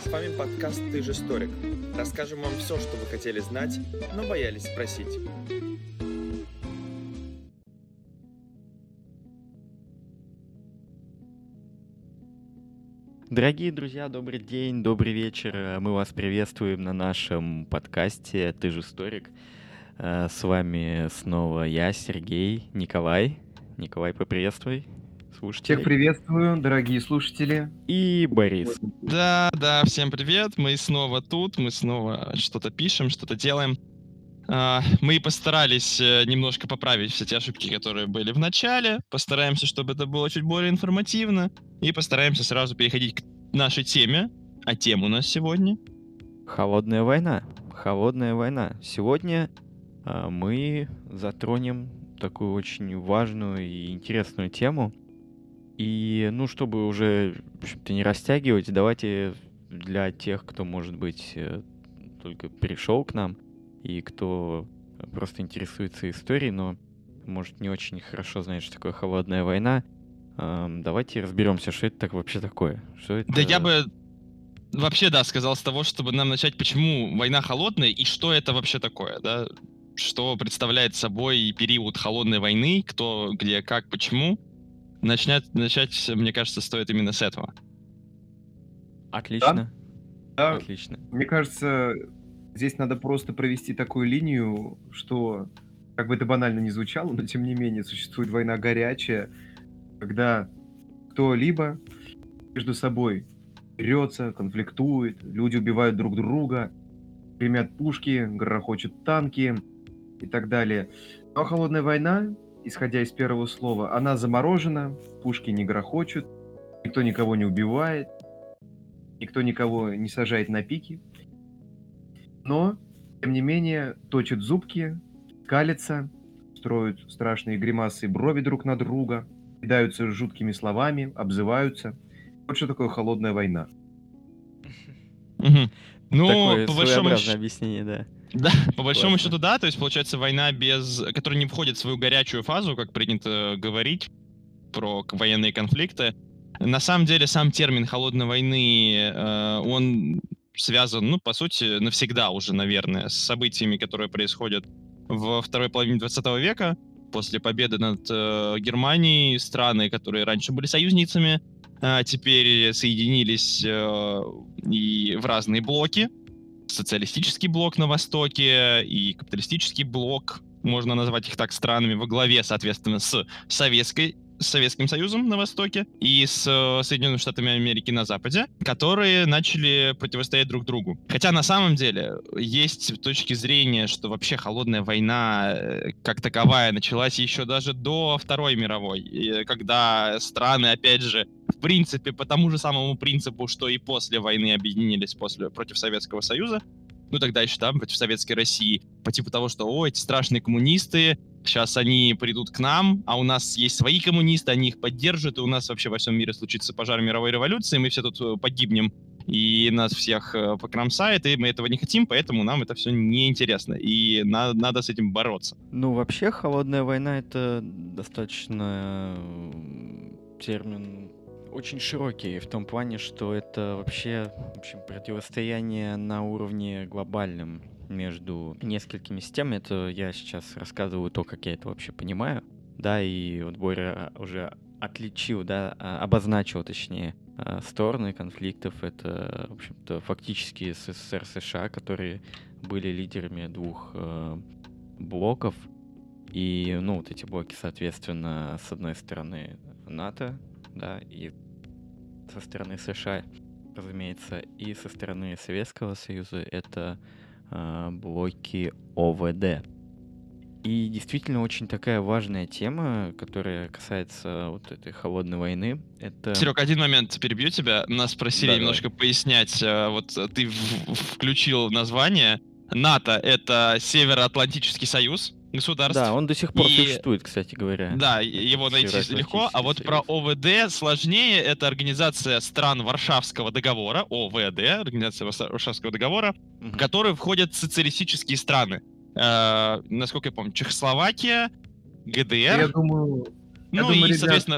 вами подкаст «Ты же историк». Расскажем вам все, что вы хотели знать, но боялись спросить. Дорогие друзья, добрый день, добрый вечер. Мы вас приветствуем на нашем подкасте «Ты же историк». С вами снова я, Сергей, Николай. Николай, поприветствуй слушателей. Всех приветствую, дорогие слушатели. И Борис. Да, всем привет. Мы снова тут, мы снова что-то пишем, что-то делаем. Мы постарались немножко поправить все те ошибки, которые были в начале. Постараемся, чтобы это было чуть более информативно. И постараемся сразу переходить к нашей теме. А тема у нас сегодня? Холодная война. Холодная война. Сегодня мы затронем такую очень важную и интересную тему. И, чтобы уже, в общем-то, не растягивать, давайте для тех, кто, может быть, только пришел к нам, и кто просто интересуется историей, но, может, не очень хорошо знает, что такое холодная война, давайте разберемся, что это вообще такое. Что это... Да я бы вообще, сказал с того, чтобы нам начать, почему война холодная и что это вообще такое, да? Что представляет собой период холодной войны, кто, где, как, почему. Начать, мне кажется, стоит именно с этого. Отлично. Да. Отлично. Мне кажется, здесь надо просто провести такую линию, что, как бы это банально ни звучало, но тем не менее существует война горячая, когда кто-либо между собой дерется, конфликтует, люди убивают друг друга, гремят пушки, грохочут танки и так далее. Но холодная война, исходя из первого слова, она заморожена, пушки не грохочут, никто никого не убивает, никто никого не сажает на пики. Но, тем не менее, точат зубки, калятся, строят страшные гримасы и брови друг на друга, кидаются жуткими словами, обзываются. Вот что такое холодная война. Ну, такое по большому своеобразное счету... объяснение, да. Да, по большому Классно. счету, да, то есть получается война, которая не входит в свою горячую фазу, как принято говорить про военные конфликты. На самом деле сам термин холодной войны, он связан, по сути, навсегда уже, наверное, с событиями, которые происходят во второй половине 20 века, после победы над Германией. Страны, которые раньше были союзницами, теперь соединились и в разные блоки. Социалистический блок на Востоке и капиталистический блок, можно назвать их так, странами, во главе, соответственно, с Советским Союзом на Востоке и с Соединенными Штатами Америки на Западе, которые начали противостоять друг другу. Хотя на самом деле есть точки зрения, что вообще холодная война как таковая началась еще даже до Второй мировой, когда страны, опять же, в принципе, по тому же самому принципу, что и после войны объединились против Советского Союза, тогда еще там, против Советской России, по типу того, что, эти страшные коммунисты, сейчас они придут к нам, а у нас есть свои коммунисты, они их поддержат, и у нас вообще во всем мире случится пожар мировой революции, мы все тут погибнем, и нас всех покромсает, и мы этого не хотим, поэтому нам это все неинтересно, и надо с этим бороться. Вообще, холодная война — это достаточно термин очень широкий, в том плане, что это вообще, в общем, противостояние на уровне глобальном между несколькими системами. Это я сейчас рассказываю то, как я это вообще понимаю. Да, и вот Боря уже отличил, да, обозначил, точнее, стороны конфликтов. Это, в общем-то, фактически СССР, США, которые были лидерами двух блоков. И, вот эти блоки, соответственно, с одной стороны НАТО, да, и со стороны США, разумеется, и со стороны Советского Союза это блоки ОВД. И действительно очень такая важная тема, которая касается вот этой холодной войны. Это... Серег, один момент, перебью тебя. Нас просили Да, немножко пояснять. Вот ты включил название. НАТО — это Североатлантический союз государств. Да, он до сих пор существует, кстати говоря. Да, его найти легко. А вот про ОВД сложнее. Это Организация стран Варшавского договора, ОВД, Организация Варшавского договора, в которую входят социалистические страны. Насколько я помню, Чехословакия, ГДР. Я думаю, и, соответственно,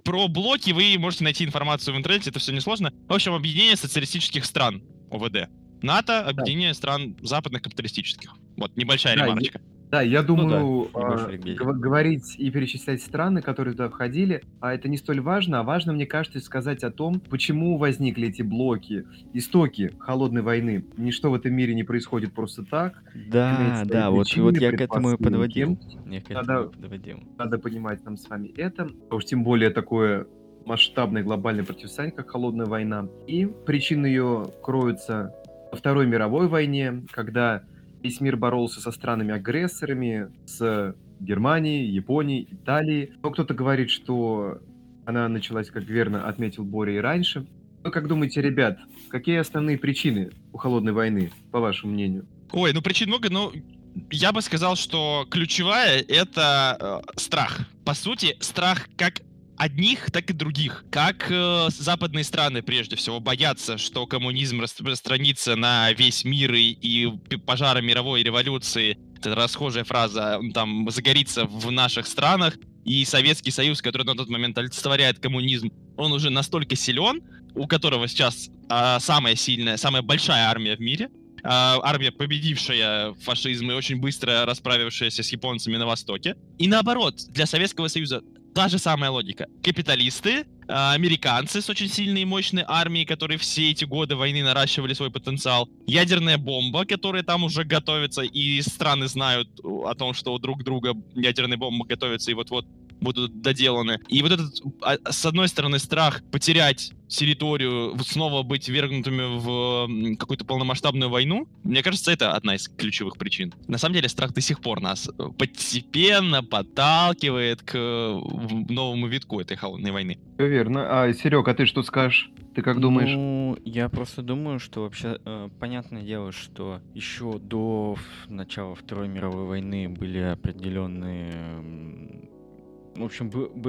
Про блоки вы можете найти информацию в интернете, это все несложно. В общем, объединение социалистических стран ОВД. НАТО — объединение стран западных капиталистических. Вот, небольшая Да, ремарочка. Да, я Ну да, думаю, небольшой ликбез. говорить и перечислять страны, которые туда входили, это не столь важно. А важно, мне кажется, сказать о том, почему возникли эти блоки, истоки холодной войны. Ничто в этом мире не происходит просто так. Да, Имеет свои да, вот причины, я к этому и предпосылки. подводил. Надо понимать нам с вами это. А уж тем более такое масштабное глобальное противостояние, как холодная война. И причины ее кроются во Второй мировой войне, когда весь мир боролся со странами-агрессорами, с Германией, Японией, Италией. Но кто-то говорит, что она началась, как верно отметил Боря, и раньше. Вы как думаете, ребят, какие основные причины у холодной войны, по вашему мнению? Ой, ну причин много, но я бы сказал, что ключевая — это страх. По сути, страх как одних, так и других. Как западные страны, прежде всего, боятся, что коммунизм распространится на весь мир и пожара мировой революции, это расхожая фраза, там, загорится в наших странах, и Советский Союз, который на тот момент олицетворяет коммунизм, он уже настолько силен, у которого сейчас самая сильная, самая большая армия в мире, армия, победившая фашизм и очень быстро расправившаяся с японцами на Востоке. И наоборот, для Советского Союза та же самая логика. Капиталисты, американцы с очень сильной и мощной армией, которые все эти годы войны наращивали свой потенциал, ядерная бомба, которая там уже готовится, и страны знают о том, что у друг друга ядерные бомбы готовятся и вот-вот будут доделаны. И вот этот, с одной стороны, страх потерять территорию, снова быть ввергнутыми в какую-то полномасштабную войну, мне кажется, это одна из ключевых причин. На самом деле, страх до сих пор нас постепенно подталкивает к новому витку этой холодной войны. Все верно. А, Серег, а ты что скажешь? Ты как думаешь? Ну, я просто думаю, что вообще понятное дело, что еще до начала Второй мировой войны были определенные... В общем,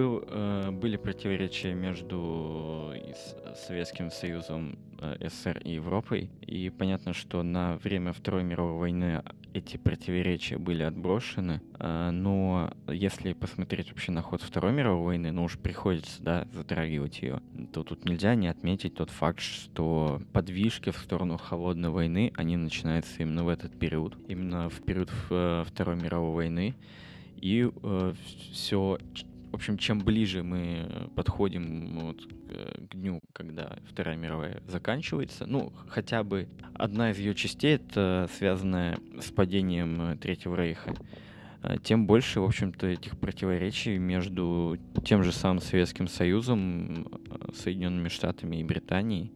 были противоречия между Советским Союзом, СССР и Европой. И понятно, что на время Второй мировой войны эти противоречия были отброшены. Но если посмотреть вообще на ход Второй мировой войны, ну уж приходится, да, затрагивать ее, то тут нельзя не отметить тот факт, что подвижки в сторону холодной войны, они начинаются именно в этот период. Именно в период Второй мировой войны. И все, в общем, чем ближе мы подходим вот к дню, когда Вторая мировая заканчивается, ну, хотя бы одна из ее частей, это связанная с падением Третьего Рейха, тем больше, в общем-то, этих противоречий между тем же самым Советским Союзом, Соединенными Штатами и Британией,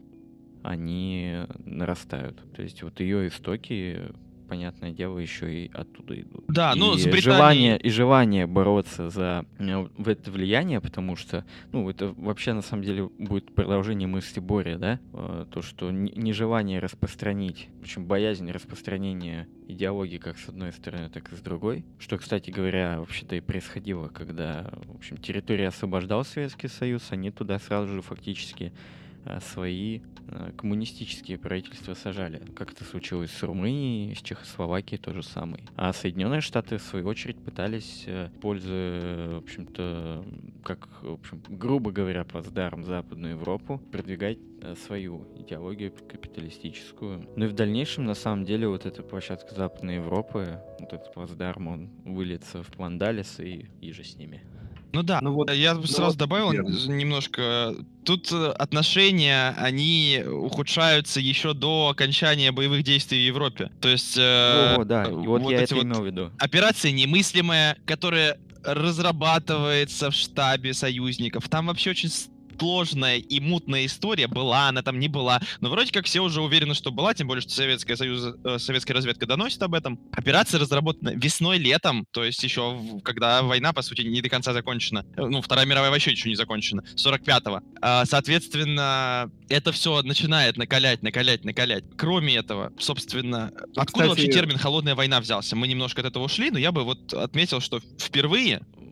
они нарастают. То есть вот ее истоки, понятное дело, еще и оттуда идут. Да, ну, и с Британией... желание бороться за в это влияние, потому что, ну, это вообще, на самом деле, будет продолжение мысли Бори, да? То, что нежелание распространить, в общем, боязнь распространения идеологии как с одной стороны, так и с другой. Что, кстати говоря, вообще-то и происходило, когда, в общем, территорию освобождал Советский Союз, они туда сразу же фактически свои коммунистические правительства сажали. Как это случилось с Румынией, с Чехословакией, то же самое. А Соединенные Штаты, в свою очередь, пытались, пользуя, в общем-то, как, в общем, грубо говоря, плацдарм Западную Европу, продвигать свою идеологию капиталистическую. Ну и в дальнейшем, на самом деле, вот эта площадка Западной Европы, вот этот плацдарм, он выльется в план Даллеса и же с ними. Ну да, Ну вот, я сразу вот, добавил верно. немножко. Тут отношения, они ухудшаются еще до окончания боевых действий в Европе. То есть... Да, и вот я эти это вот имел в виду. операция немыслимая, которая разрабатывается в штабе союзников. Там вообще очень сложная и мутная история. Была она там, не была. Но вроде как все уже уверены, что была, тем более, что советская разведка доносит об этом. Операция разработана весной-летом, то есть еще когда война, по сути, не до конца закончена. Ну, Вторая мировая вообще еще не закончена. 45-го. Соответственно, это все начинает накалять. Кроме этого, собственно, откуда вообще термин «холодная война» взялся? Мы немножко от этого ушли, но я бы вот отметил, что впервые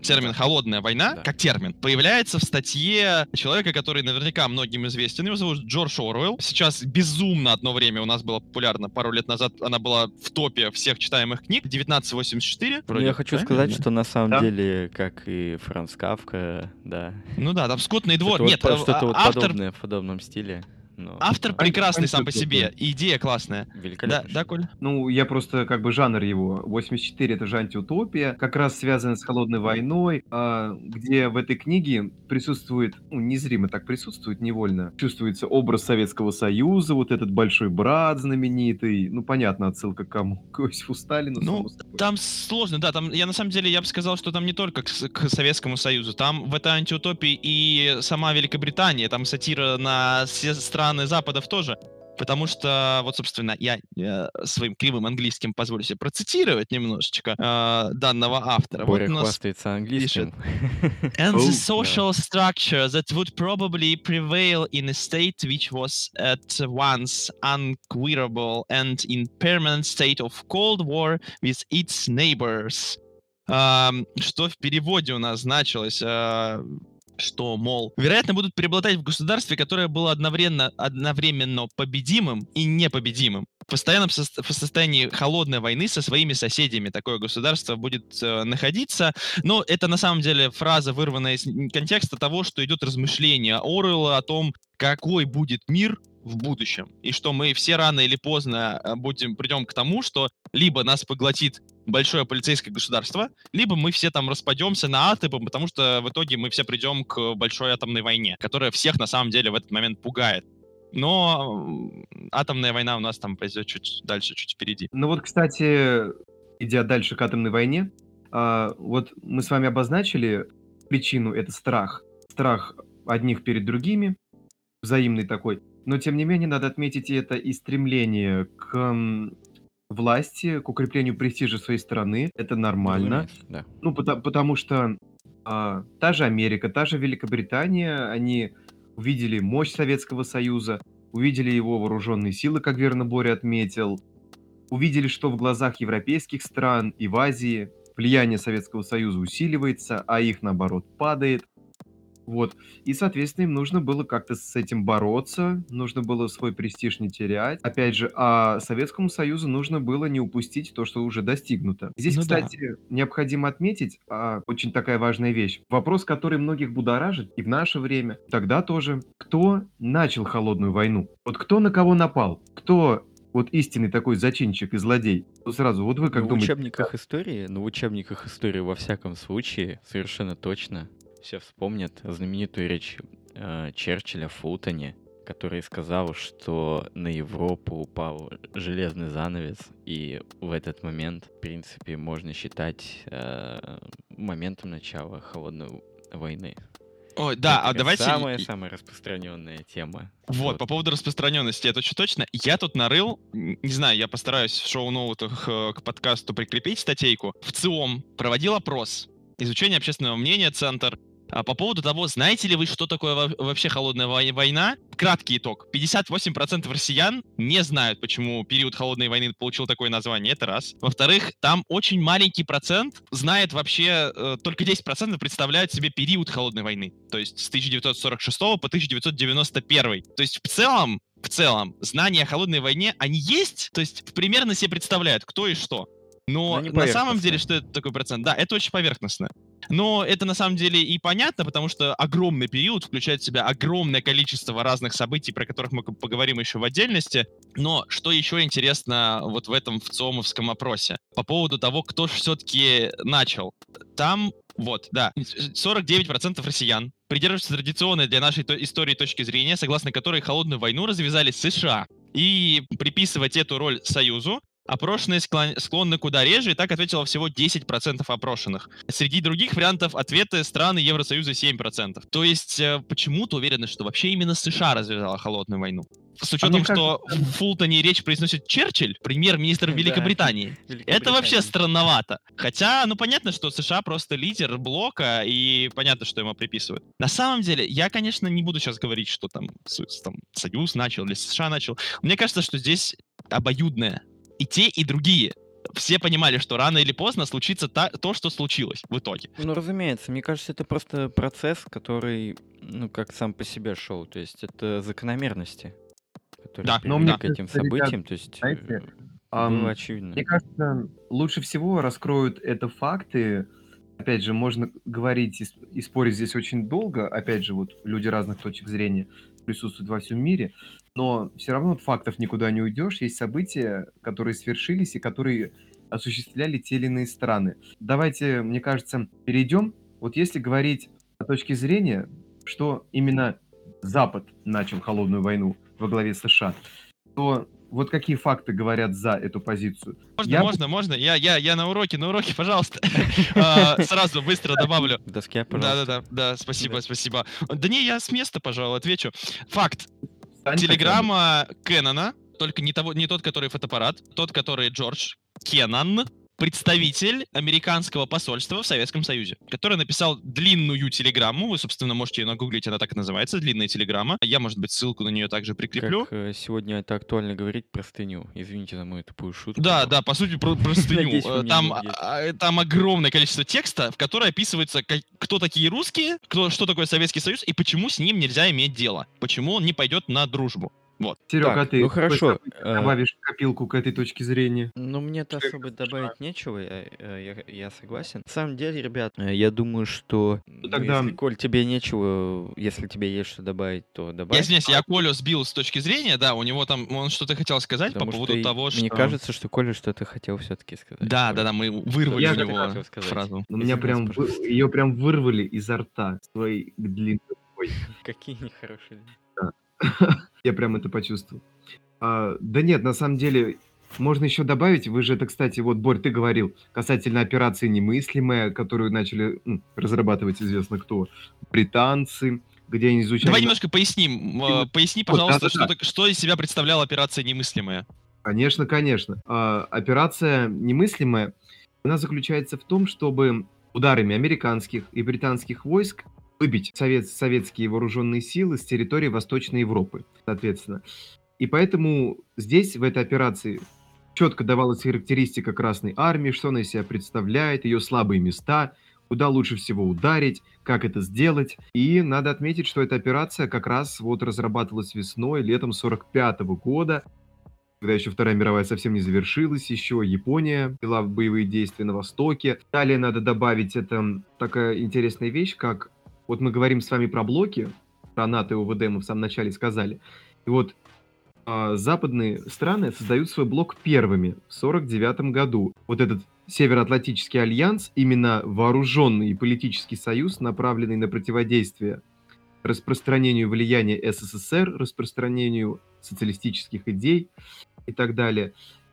термин «холодная война», Да. как термин, появляется в статье человека, который наверняка многим известен. Его зовут Джордж Оруэлл. Сейчас безумно одно время у нас была популярна, пару лет назад она была в топе всех читаемых книг. 1984. Ну, вроде, я хочу правильно, сказать, да? что на самом Да. деле, как и Франц Кафка, да. Ну да, там «Скотный двор». Это вот Нет, что-то вот автор, подобное в подобном стиле. Но автор Ань- прекрасный сам по Анчутка себе, тоже. и идея классная. Да, великолепно. да, Коль? Ну, я просто как бы жанр его. 84 это же антиутопия, как раз связанная с холодной войной, где в этой книге присутствует, ну, незримо так присутствует невольно, чувствуется образ Советского Союза, вот этот большой брат знаменитый. Ну, понятно, отсылка к кому? К Иосифу Сталину, Ну, само собой. там сложно, да, там, я на самом деле, я бы сказал, что там не только к Советскому Союзу, там в этой антиутопии и сама Великобритания, там сатира на все страны Западов тоже, потому что, вот, собственно, я своим кривым английским позволю себе процитировать немножечко данного автора. Боря Вот у нас хвастается английским. And Oh, the да. social structure that would probably prevail in a state which was at once unqueerable and in permanent state of Cold War with its neighbors. Что в переводе у нас значилось, что, мол, вероятно, будут преобладать в государстве, которое было одновременно победимым и непобедимым. В постоянном в состоянии холодной войны со своими соседями такое государство будет находиться. Но это на самом деле фраза, вырванная из контекста того, что идет размышление Оруэлла о том, какой будет мир в будущем. И что мы все рано или поздно придем к тому, что либо нас поглотит большое полицейское государство, либо мы все там распадемся на атомы, потому что в итоге мы все придем к большой атомной войне, которая всех на самом деле в этот момент пугает. Но атомная война у нас там произойдет чуть дальше, чуть впереди. Ну вот, кстати, идя дальше к атомной войне, вот мы с вами обозначили причину, это страх. Страх одних перед другими, взаимный такой. Но, тем не менее, надо отметить и это и стремление к власти, к укреплению престижа своей страны. Это нормально. Разумеется, да. Ну, потому что та же Америка, та же Великобритания, они увидели мощь Советского Союза, увидели его вооруженные силы, как верно Боря отметил, увидели, что в глазах европейских стран и в Азии влияние Советского Союза усиливается, а их, наоборот, падает. Вот. И, соответственно, им нужно было как-то с этим бороться, нужно было свой престиж не терять. Опять же, а Советскому Союзу нужно было не упустить то, что уже достигнуто. Здесь, Ну да. кстати, необходимо отметить очень такая важная вещь. Вопрос, который многих будоражит и в наше время, тогда тоже. Кто начал холодную войну? Вот кто на кого напал? Кто вот истинный такой зачинщик и злодей? Сразу, вот вы как в думаете? учебниках истории, во всяком случае, совершенно точно все вспомнят знаменитую речь Черчилля в Фултоне, который сказал, что на Европу упал железный занавес, и в этот момент, в принципе, можно считать моментом начала холодной войны. Ой, да, Это а давайте... самая распространенная тема. Вот, по поводу распространенности, это очень точно. Я тут нарыл, не знаю, я постараюсь в шоу-ноутах к подкасту прикрепить статейку. В ЦИОМ проводил опрос. Изучение общественного мнения, Центр. По поводу того, знаете ли вы, что такое вообще холодная война? Краткий итог. 58% россиян не знают, почему период холодной войны получил такое название. Это раз. Во-вторых, там очень маленький процент знает вообще, только 10% представляют себе период холодной войны. То есть с 1946 по 1991. То есть в целом, знания о холодной войне, они есть, то есть примерно себе представляют, кто и что. Но не на самом деле, поверхностно. что это такой процент? Да, это очень поверхностно. Но это на самом деле и понятно, потому что огромный период включает в себя огромное количество разных событий, про которых мы поговорим еще в отдельности. Но что еще интересно вот в этом ЦИОМовском опросе? По поводу того, кто же все-таки начал. Там, вот, да, 49% россиян придерживаются традиционной для нашей истории точки зрения, согласно которой холодную войну развязали США. И приписывать эту роль Союзу опрошенные склонны куда реже, и так ответило всего 10% опрошенных. Среди других вариантов ответы страны Евросоюза 7%. То есть почему-то уверены, что вообще именно США развязала холодную войну. С учетом, что в Фултоне речь произносит Черчилль, премьер-министр Великобритании. Это вообще странновато. Хотя, ну понятно, что США просто лидер блока, и понятно, что ему приписывают. На самом деле, я, конечно, не буду сейчас говорить, что там Союз начал или США начал. Мне кажется, что здесь обоюдное. И те, и другие. все понимали, что рано или поздно случится то, что случилось в итоге. Ну, разумеется, мне кажется, это просто процесс, который, ну, как сам по себе шел. То есть это закономерности, которые Да, Но привели мне к этим кажется, ребят, событиям. То есть знаете, было ам, очевидно. мне кажется, лучше всего раскроют это факты. Опять же, можно говорить и спорить здесь очень долго. Опять же, вот люди разных точек зрения присутствуют во всем мире. Но все равно от фактов никуда не уйдешь. Есть события, которые свершились и которые осуществляли те или иные страны. Давайте, мне кажется, перейдем. Вот если говорить о точке зрения, что именно Запад начал холодную войну во главе США, то вот какие факты говорят за эту позицию? Я бы Можно. Я на уроке, пожалуйста. Сразу быстро добавлю. В доске, пожалуйста. Да, спасибо. Да не, я с места, пожалуй, отвечу. Факт. Сань хотя бы. Телеграмма Кеннона, только не тот, который фотоаппарат, тот, который Джордж Кеннон, представитель американского посольства в Советском Союзе, который написал длинную телеграмму. Вы, собственно, можете ее нагуглить, она так и называется, длинная телеграмма. Я, может быть, ссылку на нее также прикреплю. Как сегодня это актуально говорить, простыню. Извините за мою тупую шутку. Да, по сути, простыню. Надеюсь, вы меня не убьете. Там огромное количество текста, в которое описывается, кто такие русские, что такое Советский Союз и почему с ним нельзя иметь дело. Почему он не пойдет на дружбу. Вот. Серег, Так, а ты ну какое хорошо. событие добавишь в копилку к этой точке зрения? Ну, мне-то Что особо именно добавить нечего, я согласен. На самом деле, ребят, я думаю, что тогда- если, Коль, тебе нечего, если тебе есть что добавить, то Я добавь. извиняюсь, я Колю сбил с точки зрения, да, у него там, он что-то хотел сказать Потому по поводу что того, что... мне кажется, что Коля что-то хотел все-таки сказать. Да, Коль. мы вырвали Я у как него хотел сказать. фразу. У меня Извиняюсь, прям пожалуйста. ее прям вырвали изо рта своей длинной рукой. Какие нехорошие. Я прям это почувствовал. Да нет, на самом деле, можно еще добавить, вы же это, кстати, вот, Борь, ты говорил, касательно операции «Немыслимая», которую начали разрабатывать известно кто, британцы, где они изучали... Давай немножко поясним. Поясни, пожалуйста, да-да-да. что из себя представляла операция «Немыслимая». Конечно. Операция «Немыслимая», она заключается в том, чтобы ударами американских и британских войск выбить советские вооруженные силы с территории Восточной Европы, соответственно. И поэтому здесь, в этой операции, четко давалась характеристика Красной Армии, что она из себя представляет, ее слабые места, куда лучше всего ударить, как это сделать. И надо отметить, что эта операция как раз вот разрабатывалась весной, летом 45-го года, когда еще Вторая мировая совсем не завершилась, еще Япония вела боевые действия на Востоке. Далее надо добавить, это такая интересная вещь, как вот мы говорим с вами про блоки, про НАТО и ОВД мы в самом начале сказали. И вот западные страны создают свой блок первыми в 1949 году. Вот этот Североатлантический альянс, именно вооруженный и политический союз, направленный на противодействие распространению влияния СССР, распространению социалистических идей и так далее.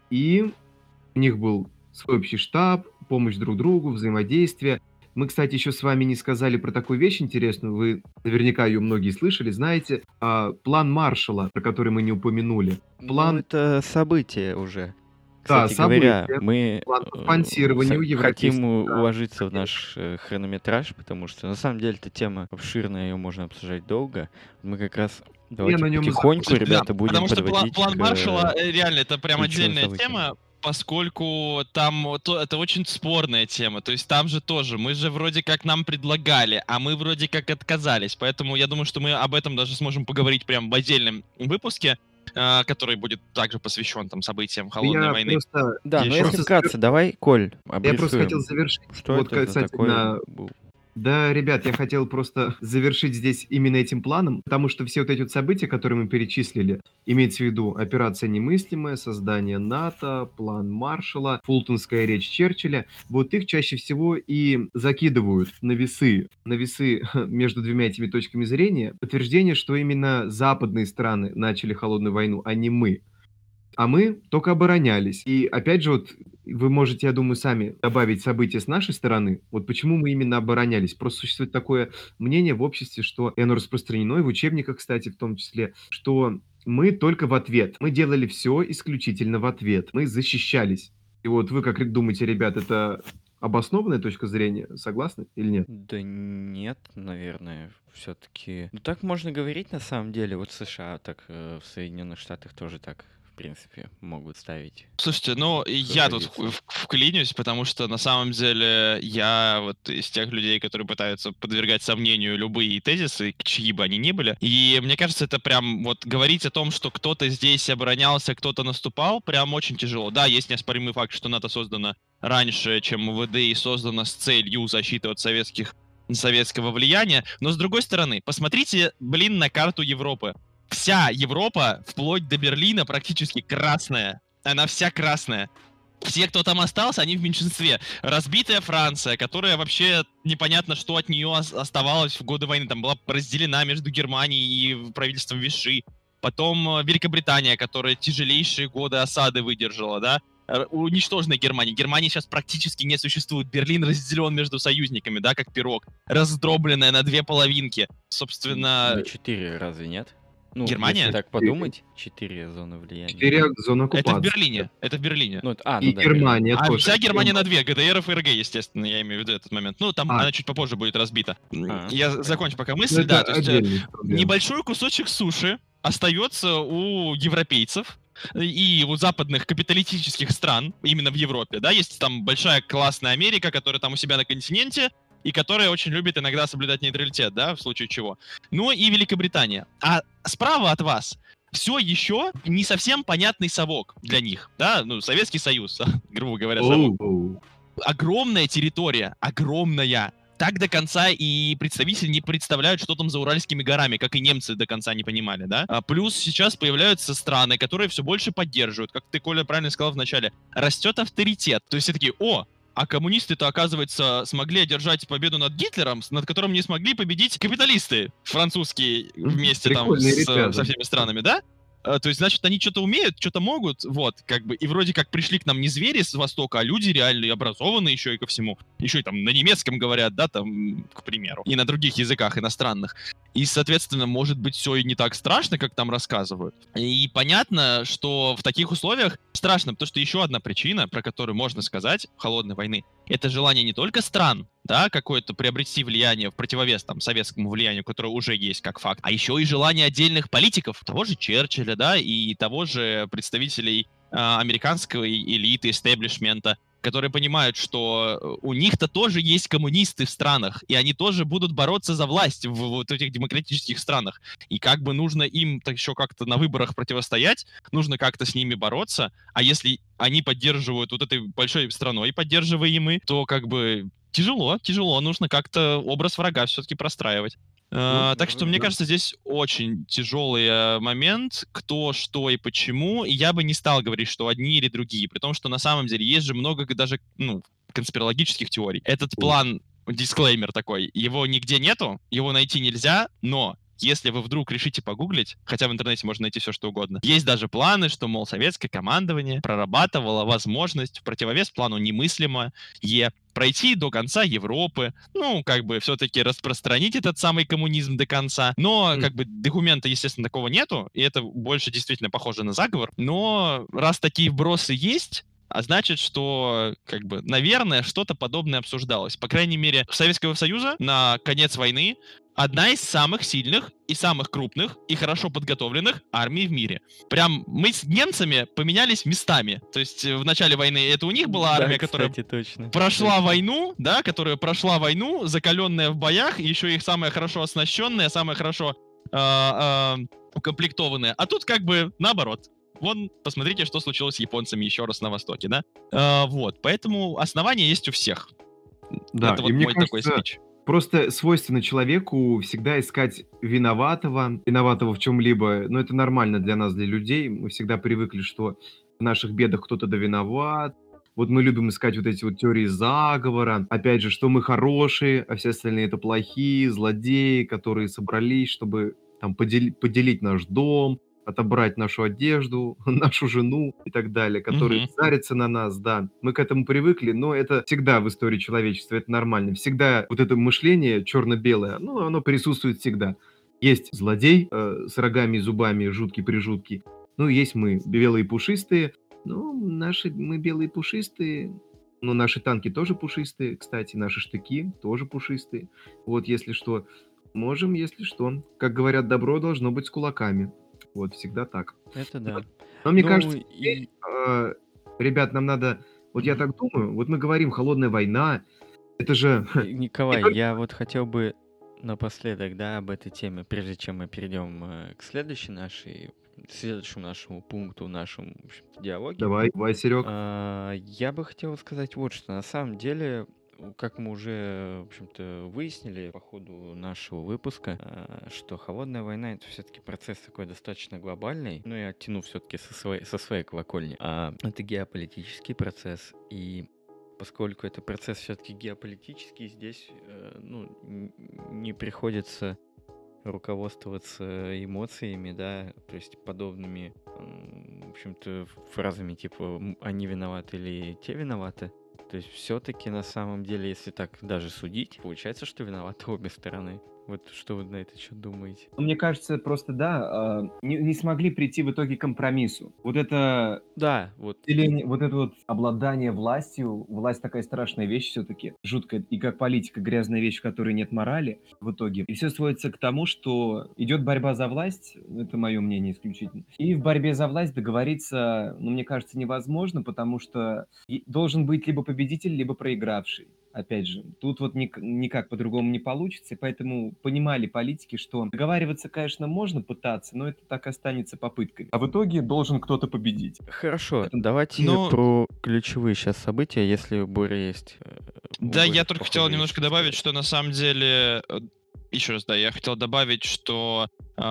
И у них был свой общий штаб, помощь друг другу, взаимодействие. Мы, кстати, еще с вами не сказали про такую вещь интересную, вы наверняка ее многие слышали, знаете, план Маршалла, про который мы не упомянули. Ну, это событие уже. Да, Кстати говоря, событие. мы План по спонсированию хотим европейских стран. уложиться в наш хронометраж, потому что на самом деле эта тема обширная, ее можно обсуждать долго. Мы как раз давайте на нем и потихоньку, закончим. ребята, будем Потому что подводить план к Маршалла, реально, это прям ключевым отдельная событиям. тема, поскольку там это очень спорная тема. То есть там же тоже, мы же вроде как нам предлагали, а мы вроде как отказались. Поэтому я думаю, что мы об этом даже сможем поговорить прям в отдельном выпуске, который будет также посвящен там событиям Холодной Я войны. просто, Да, но Ещё если вкратце, давай, Коль, я просто хотел обрисуем, завершить. что Вот это за касательно... такой был. Да, ребят, я хотел просто завершить здесь именно этим планом, потому что все вот эти вот события, которые мы перечислили, имеется в виду операция «Немыслимая», создание НАТО, план Маршалла, фултонская речь Черчилля, вот их чаще всего и закидывают на весы между двумя этими точками зрения, подтверждение, что именно западные страны начали холодную войну, а не мы. А мы только оборонялись. И опять же, вот вы можете, я думаю, сами добавить события с нашей стороны. Вот почему мы именно оборонялись. Просто существует такое мнение в обществе, что, и оно распространено, и в учебниках, кстати, в том числе, что мы только в ответ. Мы делали все исключительно в ответ. Мы защищались. И вот вы как думаете, ребят, это обоснованная точка зрения? Согласны или нет? Да нет, наверное, все-таки. Ну так можно говорить на самом деле. Вот в США так, в Соединенных Штатах тоже так, в принципе, могут ставить Слушайте, ну свою я тут позицию. вклинюсь, потому что на самом деле я вот из тех людей, которые пытаются подвергать сомнению любые тезисы, чьи бы они ни были. И мне кажется, это прям вот говорить о том, что кто-то здесь оборонялся, кто-то наступал, прям очень тяжело. Да, есть неоспоримый факт, что НАТО создано раньше, чем МВД, и создано с целью защиты от советского влияния. Но с другой стороны, посмотрите, блин, на карту Европы. Вся Европа, вплоть до Берлина, практически красная. Она вся красная. Все, кто там остался, они в меньшинстве. Разбитая Франция, которая вообще непонятно, что от нее оставалось в годы войны. Там была разделена между Германией и правительством Виши. Потом Великобритания, которая тяжелейшие годы осады выдержала, да. Уничтожена Германия. Германии сейчас практически не существует. Берлин разделен между союзниками, да, как пирог. Раздробленная на две половинки. Собственно, На 4 разве нет? Ну, Германия? если так подумать, 4 зоны влияния. 4 зоны это в оккупации. Берлине. Это в Берлине. Ну, И да, Германия А тоже. вся Германия на две, ГДР и ФРГ, естественно, я имею в виду этот момент. Ну, там А. она чуть попозже будет разбита. Я понятно. закончу пока Ну, мысль. это Да, то есть отдельный проблем. небольшой кусочек суши остается у европейцев и у западных капиталистических стран, именно в Европе, да, есть там большая классная Америка, которая там у себя на континенте, и которая очень любит иногда соблюдать нейтралитет, да, в случае чего. Ну и Великобритания. А справа от вас все еще не совсем понятный совок для них, да, ну, Советский Союз, грубо говоря, совок. Оу. Огромная территория, огромная. Так до конца и представители не представляют, что там за Уральскими горами, как и немцы до конца не понимали, да? Плюс сейчас появляются страны, которые все больше поддерживают, как ты, Коля, правильно сказал в начале, растет авторитет. То есть все такие, а коммунисты-то, оказывается, смогли одержать победу над Гитлером, над которым не смогли победить капиталисты французские вместе там Прикольные ребята. со всеми странами, да? То есть, значит, они что-то умеют, что-то могут, вот, как бы, и вроде как пришли к нам не звери с Востока, а люди реальные, образованные еще и ко всему. Еще и там на немецком говорят, да, там, к примеру, и на других языках иностранных. И, соответственно, может быть, все и не так страшно, как там рассказывают. И понятно, что в таких условиях страшно, потому что еще одна причина, про которую можно сказать, холодной войны, это желание не только стран, да, какое-то приобрести влияние в противовес там советскому влиянию, которое уже есть как факт, а еще и желание отдельных политиков, того же Черчилля, да, и того же представителей американской элиты, истеблишмента, которые понимают, что у них-то тоже есть коммунисты в странах, и они тоже будут бороться за власть в вот этих демократических странах. И как бы нужно им так еще как-то на выборах противостоять, нужно как-то с ними бороться, а если они поддерживают вот этой большой страной, поддерживаемой, то как бы тяжело, нужно как-то образ врага все-таки простраивать. Так что, мне кажется, здесь очень тяжелый момент, кто, что и почему. И я бы не стал говорить, что одни или другие, при том, что на самом деле есть же много даже, конспирологических теорий. Этот план, дисклеймер такой, его нигде нету, его найти нельзя, но если вы вдруг решите погуглить, хотя в интернете можно найти все, что угодно, есть даже планы, что, мол, советское командование прорабатывало возможность в противовес плану немыслимое пройти до конца Европы, как бы все-таки распространить этот самый коммунизм до конца, но как бы документа, естественно, такого нету, и это больше действительно похоже на заговор, но раз такие вбросы есть, а значит, что, как бы, наверное, что-то подобное обсуждалось. По крайней мере, Советского Союза на конец войны одна из самых сильных и самых крупных и хорошо подготовленных армий в мире. Прям мы с немцами поменялись местами. То есть в начале войны это у них была армия, которая прошла войну, да, которая прошла войну, закаленная в боях, еще их самая хорошо оснащенная, самая хорошо укомплектованная. А тут как бы наоборот. Вон, посмотрите, что случилось с японцами еще раз на Востоке, да? Вот, поэтому основания есть у всех. Да, это вот мой такой спич. Просто свойственно человеку всегда искать виноватого в чем-либо. Но это нормально для нас, для людей. Мы всегда привыкли, что в наших бедах кто-то да виноват. Вот мы любим искать вот эти вот теории заговора. Опять же, что мы хорошие, а все остальные это плохие, злодеи, которые собрались, чтобы там поделить наш дом, отобрать нашу одежду, нашу жену и так далее, которые зарятся на нас, да. Мы к этому привыкли, но это всегда в истории человечества, это нормально. Всегда вот это мышление черно-белое, оно присутствует всегда. Есть злодей с рогами и зубами, жуткий-прижуткий. Есть мы, белые пушистые. Мы белые пушистые. Но наши танки тоже пушистые, кстати, наши штыки тоже пушистые. Вот, если что, можем, если что. Как говорят, добро должно быть с кулаками. Вот, всегда так. Это да. Но мне Ну кажется, и... ребят, нам надо... Вот я Мгм. так думаю, вот мы говорим «холодная война», это же не Николай, только... я вот хотел бы напоследок, да, об этой теме, прежде чем мы перейдем к следующему нашему пункту в нашем, в общем-то, диалоге. Давай, Серег. Я бы хотел сказать вот что. На самом деле, как мы уже, в общем-то, выяснили по ходу нашего выпуска, что холодная война — это все-таки процесс такой достаточно глобальный. Ну, я оттяну все-таки со своей колокольни. Это геополитический процесс, и поскольку это процесс все-таки геополитический, здесь не приходится руководствоваться эмоциями, да, то есть подобными, в общем-то, фразами типа «они виноваты» или «те виноваты». То есть все-таки на самом деле, если так даже судить, получается, что виноваты обе стороны. Вот что вы на это что думаете? Ну, мне кажется, просто, да, не смогли прийти в итоге к компромиссу. Вот это Да, вот. вот это вот обладание властью, власть такая страшная вещь все-таки, жуткая, и как политика грязная вещь, в которой нет морали в итоге. И все сводится к тому, что идет борьба за власть, это мое мнение исключительно, и в борьбе за власть договориться, ну, мне кажется, невозможно, потому что должен быть либо победитель, либо проигравший. Опять же, тут вот никак по-другому не получится, и поэтому понимали политики, что договариваться, конечно, можно пытаться, но это так останется попытками. А в итоге должен кто-то победить. Хорошо, Это- давайте Ну, про ключевые сейчас события, если у Боря есть. У да, Бори, я только хотел похоже, немножко есть добавить, сказать. что на самом деле, еще раз, да, я хотел добавить, что,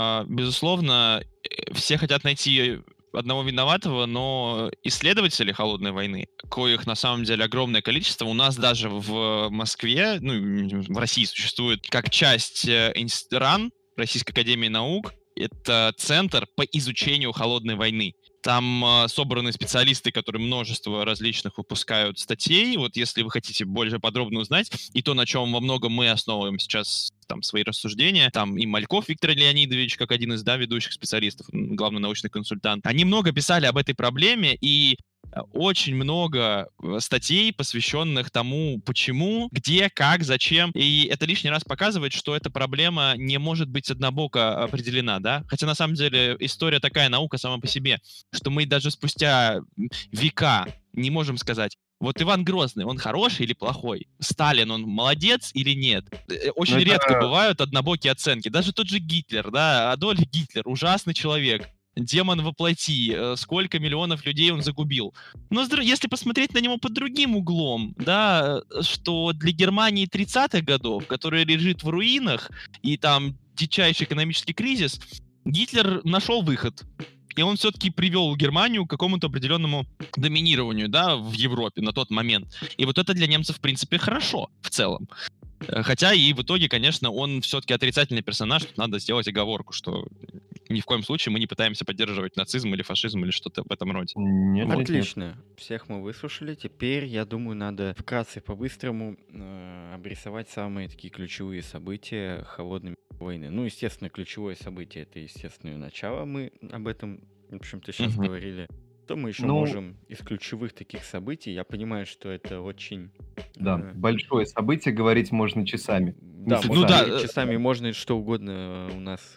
безусловно, все хотят найти одного виноватого, но исследователи холодной войны, коих на самом деле огромное количество, у нас даже в Москве, ну, в России существует как часть РАН, Российской академии наук, это центр по изучению холодной войны. Там собраны специалисты, которые множество различных выпускают статей. Вот если вы хотите более подробно узнать, и то, на чем во многом мы основываем сейчас там свои рассуждения, там и Мальков Виктор Леонидович, как один из ведущих специалистов, главный научный консультант, они много писали об этой проблеме, и очень много статей, посвященных тому, почему, где, как, зачем. И это лишний раз показывает, что эта проблема не может быть однобоко определена, да? Хотя на самом деле история такая наука сама по себе, что мы даже спустя века не можем сказать, вот Иван Грозный, он хороший или плохой? Сталин, он молодец или нет? Очень это- редко бывают однобокие оценки. Даже тот же Гитлер, да, Адольф Гитлер, ужасный человек. Демон во плоти, сколько миллионов людей он загубил. Но если посмотреть на него под другим углом, да, что для Германии 30-х годов, которая лежит в руинах, и там дичайший экономический кризис, Гитлер нашел выход. И он все-таки привел Германию к какому-то определенному доминированию, да, в Европе на тот момент. И вот это для немцев, в принципе, хорошо в целом. Хотя и в итоге, конечно, он все-таки отрицательный персонаж, тут надо сделать оговорку, что ни в коем случае мы не пытаемся поддерживать нацизм или фашизм или что-то в этом роде. Нет, нет, нет. Отлично. Всех мы выслушали. Теперь, я думаю, надо вкратце, по-быстрому обрисовать самые такие ключевые события холодной войны. Ну, естественно, ключевое событие — это, естественно, начало. Мы об этом, в общем-то, сейчас Мгм. говорили. Что мы еще Ну- можем из ключевых таких событий? Я понимаю, что это очень... Да, э, большое событие, говорить можно часами. Да, Месяцами. можно Ну да, говорить часами, можно что угодно у нас...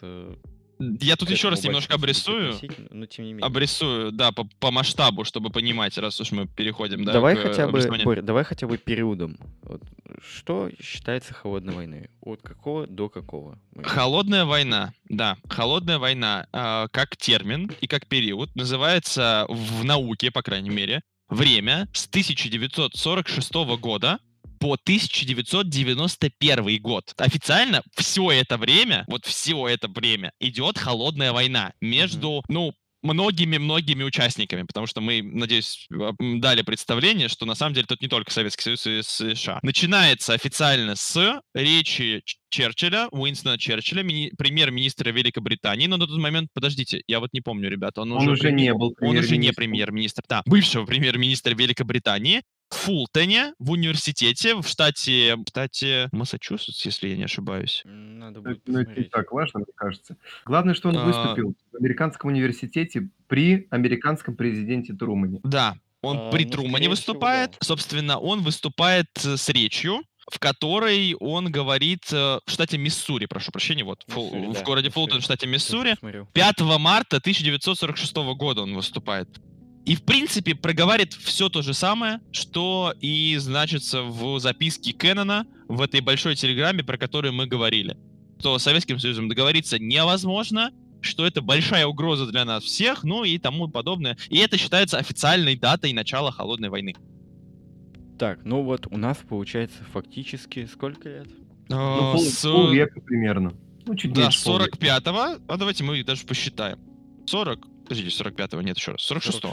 Я тут к еще этому раз немножко большому судить обрисую. относительно, но тем не менее. Обрисую, да, по масштабу, чтобы понимать, раз уж мы переходим, да, Давай к хотя бы, обрисованию. Борь, давай хотя бы периодом. Вот, что считается холодной войной? От какого до какого? момента? Холодная война, да, холодная война как термин и как период называется в науке, по крайней мере, время с 1946 года по 1991 год. Официально все это время идет холодная война между, многими участниками, потому что мы, надеюсь, дали представление, что на самом деле тут не только Советский Союз и США. Начинается официально с речи Черчилля, Уинстона Черчилля, премьер-министра Великобритании, но на тот момент, подождите, я вот не помню, ребята, он уже не был он уже не премьер-министром. премьер-министр, да, бывшего премьер-министра Великобритании, в Фултоне, в университете, в штате Массачусетс, если я не ошибаюсь. Надо Ну, будет это не посмотреть. так важно, мне кажется. Главное, что он выступил в американском университете при американском президенте Трумэне. Да, он при Трумане скорее всего, выступает. да. Собственно, он выступает с речью, в которой он говорит в штате Миссури, прошу прощения, вот Миссури, в да, городе Миссури. Фултон, в штате Миссури. Тоже смотрел. 5 марта 1946 года он выступает. И, в принципе, проговаривает все то же самое, что и значится в записке Кеннона в этой большой телеграмме, про которую мы говорили. Что с Советским Союзом договориться невозможно, что это большая угроза для нас всех, ну и тому подобное. И это считается официальной датой начала Холодной войны. Так, ну вот у нас получается фактически сколько лет? Ну, С- полвека примерно. Ну, чуть Да, меньше с полвека. 45-го, а давайте мы даже посчитаем. 40, подождите, 45-го, нет, еще раз, 46-го.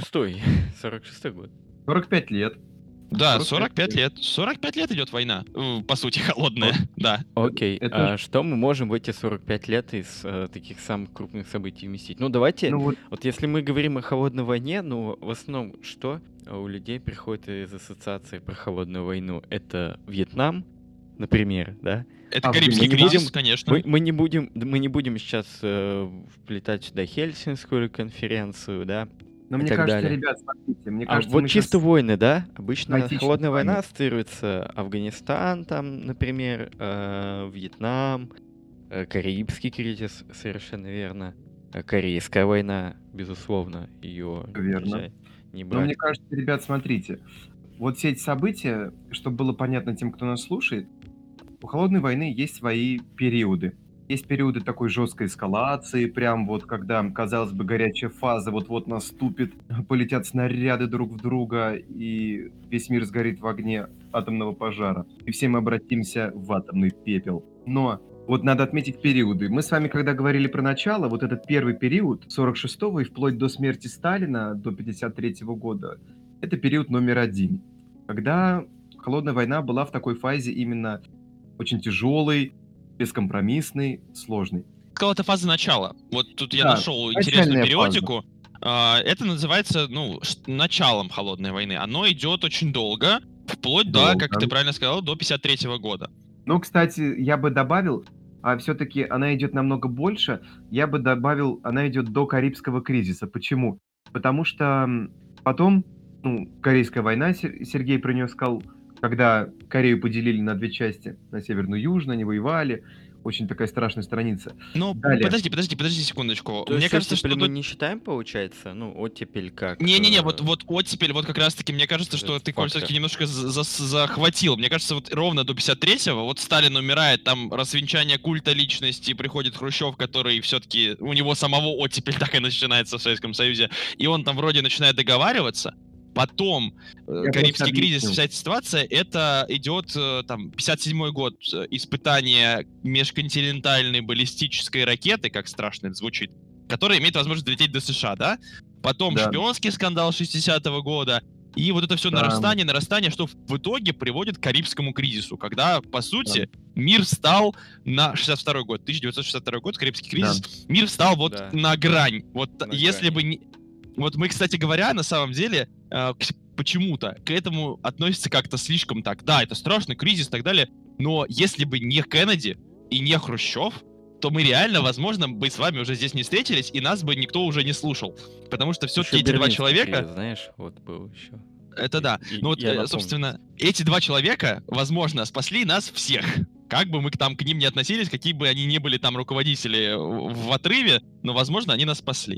46-й год. 45 лет. Да, 45 45 лет. 45 лет идет война, по сути, холодная, да. Окей, Это а что мы можем в эти 45 лет из таких самых крупных событий вместить? Ну, давайте, Ну вот, вот если мы говорим о холодной войне, ну, в основном, что у людей приходит из ассоциации про холодную войну? Это Вьетнам, например, да? Это А, Карибский мы не кризис, будем- конечно. Мы не будем сейчас вплетать сюда Хельсинскую конференцию, да? но и мне так кажется, далее. ребят, смотрите, мне А кажется, вот мы чисто щас- войны, да? Обычно хаотично холодная с вами. война ассоциируется Афганистан, там, например, Вьетнам, Карибский кризис, совершенно верно, Корейская война, безусловно, ее Верно. нельзя не Но брать. мне кажется, ребят, смотрите, вот все эти события, чтобы было понятно тем, кто нас слушает, у холодной войны есть свои периоды. Есть периоды такой жесткой эскалации, прям вот когда, казалось бы, горячая фаза вот-вот наступит, полетят снаряды друг в друга, и весь мир сгорит в огне атомного пожара. И все мы обратимся в атомный пепел. Но вот надо отметить периоды. Мы с вами, когда говорили про начало, вот этот первый период, 46-го и вплоть до смерти Сталина, до 53-го года, это период номер 1, когда холодная война была в такой фазе именно очень тяжелой, бескомпромиссной, сложной. Сказал, это фаза начала. Вот тут я Да, нашел начальная интересную фаза. периодику. Это называется, началом холодной войны. Оно идет очень долго, вплоть до, как Долго. ты правильно сказал, до 53-го года. Но, кстати, я бы добавил, а все-таки она идет намного больше, я бы добавил, она идет до Карибского кризиса. Почему? Потому что потом, Корейская война, Сергей про нее сказал, когда Корею поделили на две части, на северную и южную, они воевали, очень такая страшная страница. Но Далее. подожди секундочку. То Мне есть кажется, что оттепель мы тут... не считаем, получается? Ну, оттепель как... Не-не-не, э, вот оттепель, вот как раз-таки, мне кажется, что это ты, Коль, фактор. все-таки немножко захватил. Мне кажется, вот ровно до 53-го, вот Сталин умирает, там развенчание культа личности, приходит Хрущев, который все-таки, у него самого оттепель так и начинается в Советском Союзе, и он там вроде начинает договариваться. Потом Карибский просто кризис, объясню. вся эта ситуация, это идет там 57-й год, испытание межконтинентальной баллистической ракеты, как страшно это звучит, которая имеет возможность долететь до США, да? Потом Да. шпионский скандал 60-го года, и вот это все Да. нарастание, что в итоге приводит к Карибскому кризису, когда, по сути, мир встал на 62-й год, 1962 год, Карибский кризис, мир встал вот Да. на грань. Вот На если грани. бы не... Вот мы, кстати говоря, на самом деле, почему-то к этому относятся как-то слишком так. Да, это страшный кризис и так далее, но если бы не Кеннеди и не Хрущев, то мы реально, возможно, бы с вами уже здесь не встретились, и нас бы никто уже не слушал. Потому что все-таки Ещё эти два Берлинский человека... кризис, знаешь, вот был еще. Это да. Ну вот, собственно, эти два человека, возможно, спасли нас всех. Как бы мы там к ним не относились, какие бы они ни были там руководители в отрыве, но, возможно, они нас спасли.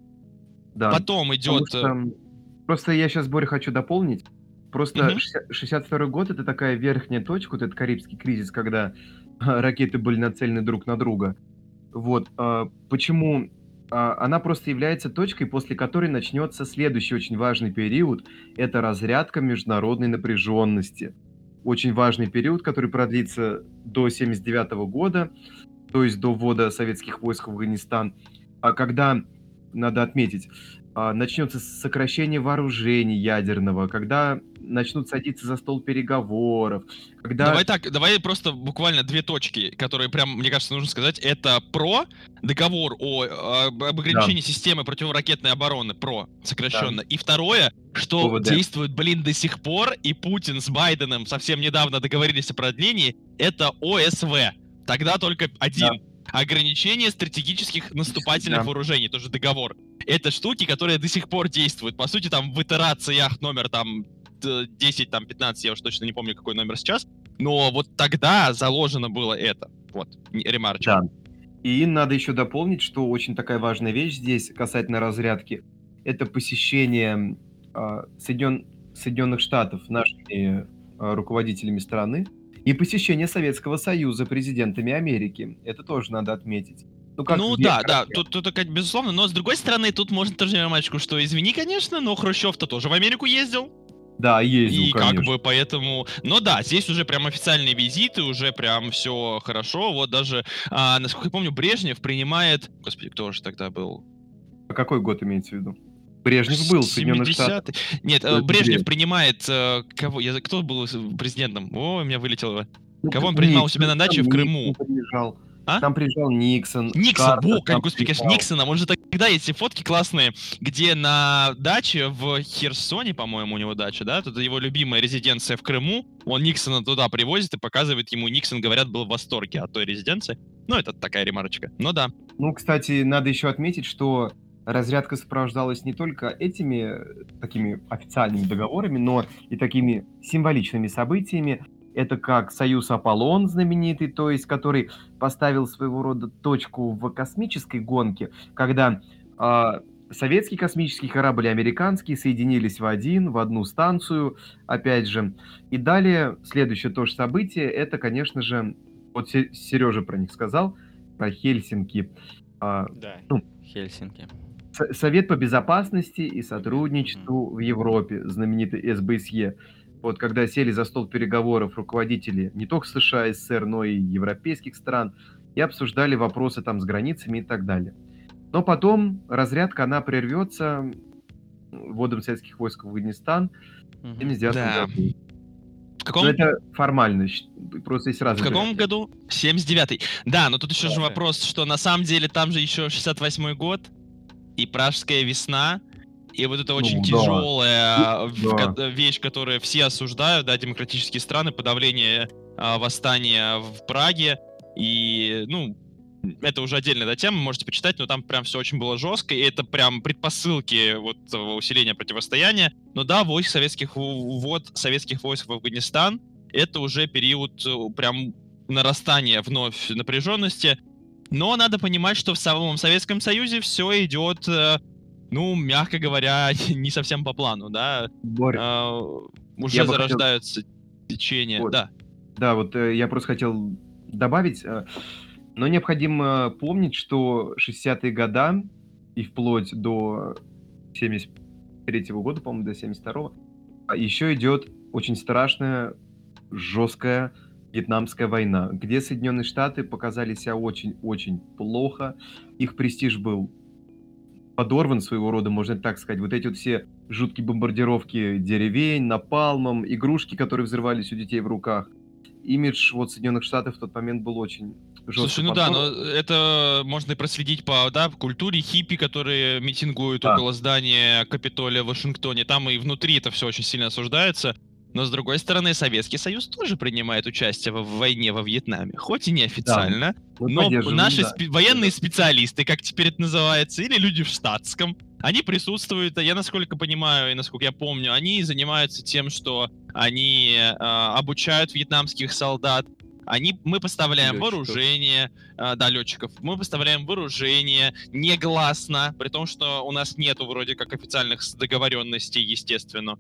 Да. Потом идет... Просто я сейчас, Боря, хочу дополнить. Просто Мгм. 62-й год — это такая верхняя точка, вот этот Карибский кризис, когда ракеты были нацелены друг на друга. Вот. Почему? Она просто является точкой, после которой начнется следующий очень важный период. Это разрядка международной напряженности. Очень важный период, который продлится до 79 года, то есть до ввода советских войск в Афганистан. Когда, надо отметить, начнется сокращение вооружений ядерного, когда начнут садиться за стол переговоров, когда... Давай просто буквально две точки, которые прям, мне кажется, нужно сказать. Это про договор об ограничении системы противоракетной обороны, про сокращенно. И второе, что ОВД. действует, до сих пор, и Путин с Байденом совсем недавно договорились о продлении, это ОСВ. Тогда только один. Ограничение стратегических наступательных Да. вооружений, тоже договор. Это штуки, которые до сих пор действуют. По сути, там в итерациях номер там 10, там 15, я уж точно не помню, какой номер сейчас, Но вот тогда заложено было это. Вот, ремарочка. Да. И надо еще дополнить, что очень такая важная вещь здесь касательно разрядки. Это посещение Соединенных Штатов нашими руководителями страны и посещение Советского Союза президентами Америки. Это тоже надо отметить. Как Ну век да, тут безусловно, но с другой стороны, тут можно тоже ремарочку, что извини, конечно, но Хрущев-то тоже в Америку ездил. Да, ездил, И конечно. как бы поэтому... Ну да, здесь уже прям официальные визиты, уже прям все хорошо. Вот даже, насколько я помню, Брежнев принимает... Господи, кто же тогда был? А какой год имеется в виду? Брежнев был в Соединенных Штатах. Нет, Это Брежнев Брежнев. принимает... Кого? Кто был президентом? О, у меня вылетело. Ну, Кого он принимал у Никсон, себя на даче в там Крыму? Никсон приезжал. А? Там приезжал Никсон. Никсон, Картер там господи, конечно, приезжал. Никсона, он же тогда есть и фотки классные, где на даче в Херсоне, по-моему, у него дача, да, тут его любимая резиденция в Крыму, он Никсона туда привозит и показывает ему, Никсон, говорят, был в восторге от той резиденции. Ну, это такая ремарочка, ну да. Ну, кстати, надо еще отметить, что разрядка сопровождалась не только этими такими официальными договорами, но и такими символичными событиями. Это как Союз Аполлон знаменитый, то есть который поставил своего рода точку в космической гонке, когда советский космический корабль и американский соединились в одну станцию, опять же. И далее, следующее тоже событие, это, конечно же, вот Сережа про них сказал, про Хельсинки. Да, Хельсинки. Совет по безопасности и сотрудничеству в Европе, знаменитый СБСЕ. Вот когда сели за стол переговоров руководители не только США, СССР, но и европейских стран, и обсуждали вопросы там с границами и так далее. Но потом разрядка, она прервется вводом советских войск в Афганистан в 1979 году. В каком? Но это формально, просто есть разные. В каком году? 79-й. Да, но тут еще же вопрос, что на самом деле там же еще 68-й год и Пражская весна, и вот это очень тяжелая вещь, которую все осуждают, да, демократические страны, подавление восстания в Праге, и, ну, это уже отдельная, да, тема, можете почитать, но там прям все очень было жестко, и это прям предпосылки вот усиления противостояния. Но да, ввод советских войск в Афганистан — это уже период прям нарастания вновь напряженности. Но надо понимать, что в самом Советском Союзе все идет, ну, мягко говоря, не совсем по плану, да. Уже зарождаются течения, вот. да. Да, вот я просто хотел добавить... Но необходимо помнить, что 60-е годы и вплоть до 73-го года, по-моему, до 72-го, еще идет очень страшная, жесткая Вьетнамская война, где Соединенные Штаты показали себя очень-очень плохо. Их престиж был подорван своего рода, можно так сказать. Вот эти вот все жуткие бомбардировки деревень, напалмом, игрушки, которые взрывались у детей в руках. Имидж вот Соединенных Штатов в тот момент был очень жестко. Слушай, ну да, но это можно и проследить по культуре хиппи, которые митингуют около здания Капитолия в Вашингтоне. Там и внутри это все очень сильно осуждается. Но, с другой стороны, Советский Союз тоже принимает участие в войне во Вьетнаме. Хоть и неофициально, но наши военные специалисты, как теперь это называется, или люди в штатском, они присутствуют, я насколько понимаю и насколько я помню, они занимаются тем, что они обучают вьетнамских солдат. Мы поставляем вооружение, летчиков. Мы поставляем вооружение негласно, при том, что у нас нету вроде как официальных договоренностей, естественно.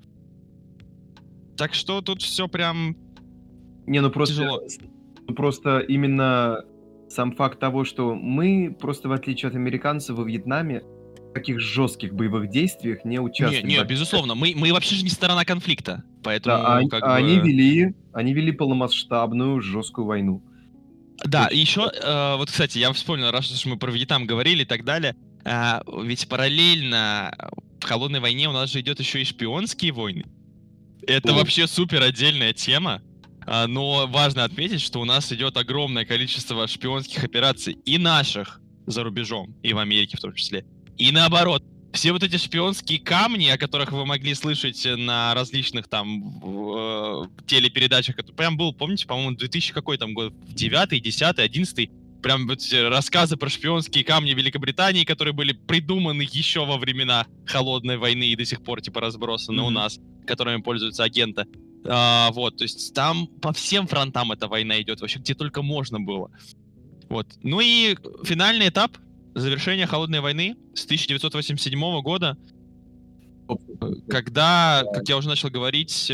Так что тут все прям тяжело. Просто именно сам факт того, что мы просто, в отличие от американцев во Вьетнаме, в таких жестких боевых действиях не участвуем. Не, безусловно. Мы вообще же не сторона конфликта. Поэтому, да, они вели полномасштабную жесткую войну. Да, и еще, вот, кстати, я вспомнил, раз уж мы про Вьетнам говорили и так далее, ведь параллельно в холодной войне у нас же идет еще и шпионские войны. Это вообще супер отдельная тема, но важно отметить, что у нас идет огромное количество шпионских операций и наших за рубежом, и в Америке в том числе, и наоборот. Все вот эти шпионские камни, о которых вы могли слышать на различных там телепередачах, это прям был, помните, по-моему, 2000 какой там год, 9-й, 10-й, 11-й, прям вот рассказы про шпионские камни Великобритании, которые были придуманы еще во времена Холодной войны и до сих пор типа разбросаны у нас, которыми пользуются агенты. Вот, то есть там по всем фронтам эта война идет, вообще где только можно было. Вот. Ну и финальный этап завершения Холодной войны с 1987 года, когда, как я уже начал говорить,